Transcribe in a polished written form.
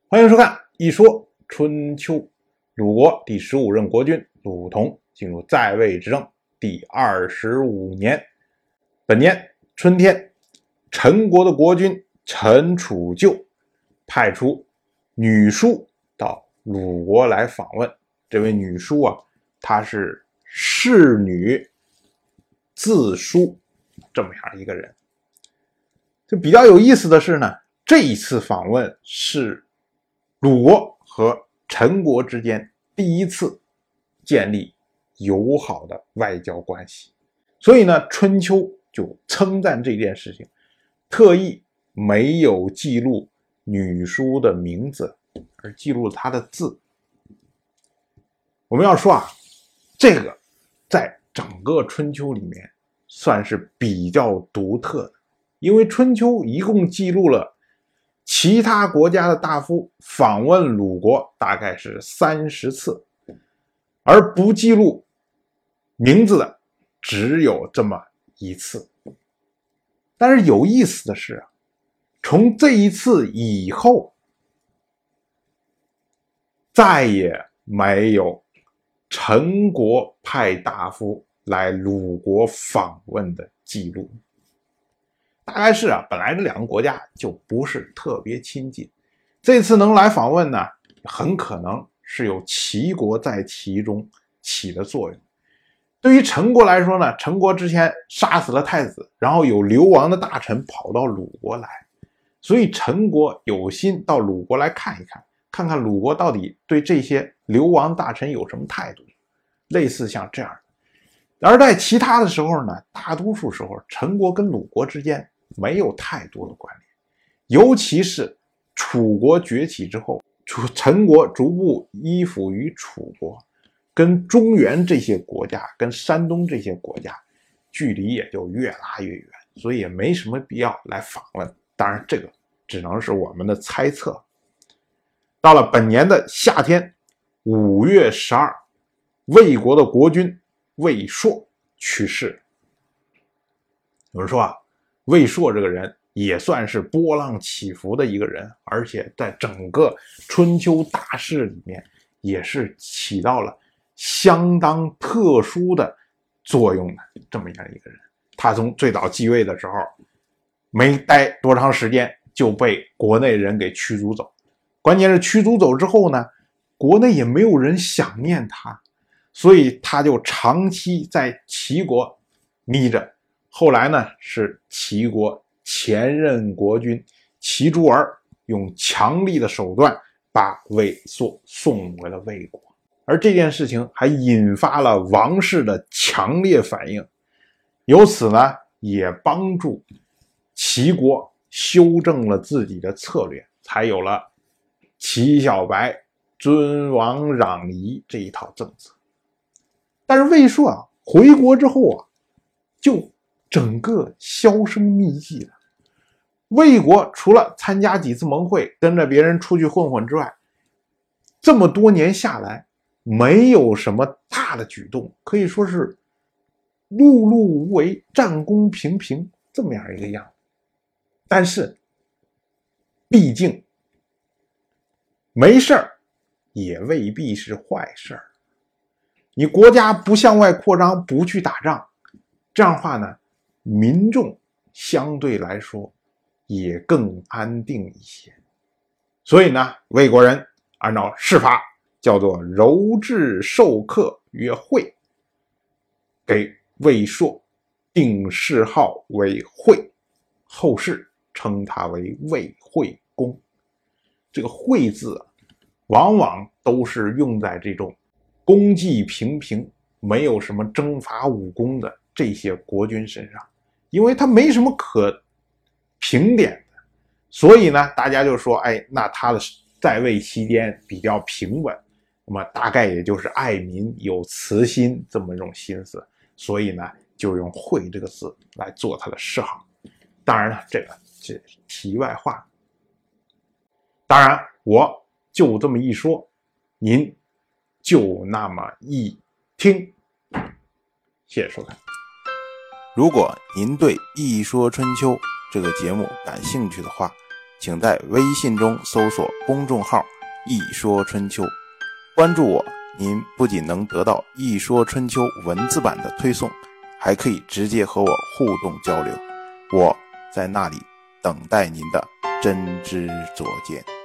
欢迎收看《一说春秋》。鲁国第15任国君鲁同进入在位执政第25年。本年春天，陈国的国君陈楚就派出女书到鲁国来访问。这位女书她是侍女自书这么样一个人。就比较有意思的是呢，这一次访问是鲁国和陈国之间第一次建立友好的外交关系，所以呢，春秋就称赞这件事情，特意没有记录女书的名字，而记录了她的字。我们要说这个在整个春秋里面算是比较独特的，因为春秋一共记录了其他国家的大夫访问鲁国大概是30次，而不记录名字的只有这么一次。但是有意思的是从这一次以后，再也没有陈国派大夫来鲁国访问的记录。大概是本来这两个国家就不是特别亲近，这次能来访问呢，很可能是有齐国在其中起的作用。对于陈国来说呢，陈国之前杀死了太子，然后有流亡的大臣跑到鲁国来，所以陈国有心到鲁国来看一看，看看鲁国到底对这些流亡大臣有什么态度，类似像这样的。而在其他的时候呢，大多数时候陈国跟鲁国之间没有太多的关联，尤其是楚国崛起之后，陈国逐步依附于楚国，跟中原这些国家跟山东这些国家距离也就越拉越远，所以也没什么必要来访问。当然这个只能是我们的猜测。到了本年的夏天5月12，魏国的国君魏硕去世。有人说魏硕这个人也算是波浪起伏的一个人，而且在整个春秋大事里面也是起到了相当特殊的作用的这么样一个人。他从最早继位的时候没待多长时间就被国内人给驱逐走，关键是驱逐走之后呢，国内也没有人想念他，所以他就长期在齐国眯着。后来呢，是齐国前任国君齐诸儿用强力的手段把魏硕送回了魏国，而这件事情还引发了王室的强烈反应，由此呢，也帮助齐国修正了自己的策略，才有了齐小白尊王攘夷这一套政策。但是魏硕回国之后就整个销声匿迹了。魏国除了参加几次盟会，跟着别人出去混混之外，这么多年下来没有什么大的举动，可以说是碌碌无为，战功平平这么样一个样子。但是毕竟没事儿也未必是坏事儿，你国家不向外扩张，不去打仗，这样的话呢，民众相对来说也更安定一些。所以呢，魏国人按照谥法叫做柔质授课曰惠，给魏硕定谥号为惠，后世称他为魏惠公。这个惠字往往都是用在这种功绩平平，没有什么征伐武功的这些国君身上，因为他没什么可评点的，所以呢，大家就说，那他的在位期间比较平稳，那么大概也就是爱民有慈心这么一种心思，所以呢，就用惠这个字来做他的谥号。当然了，这个是题外话。当然，我就这么一说，您就那么一听。谢谢收看。 如果您对《一说春秋》这个节目感兴趣的话， 请在微信中搜索公众号一说春秋，关注我，您不仅能得到一说春秋文字版的推送，还可以直接和我互动交流，我在那里等待您的真知灼见。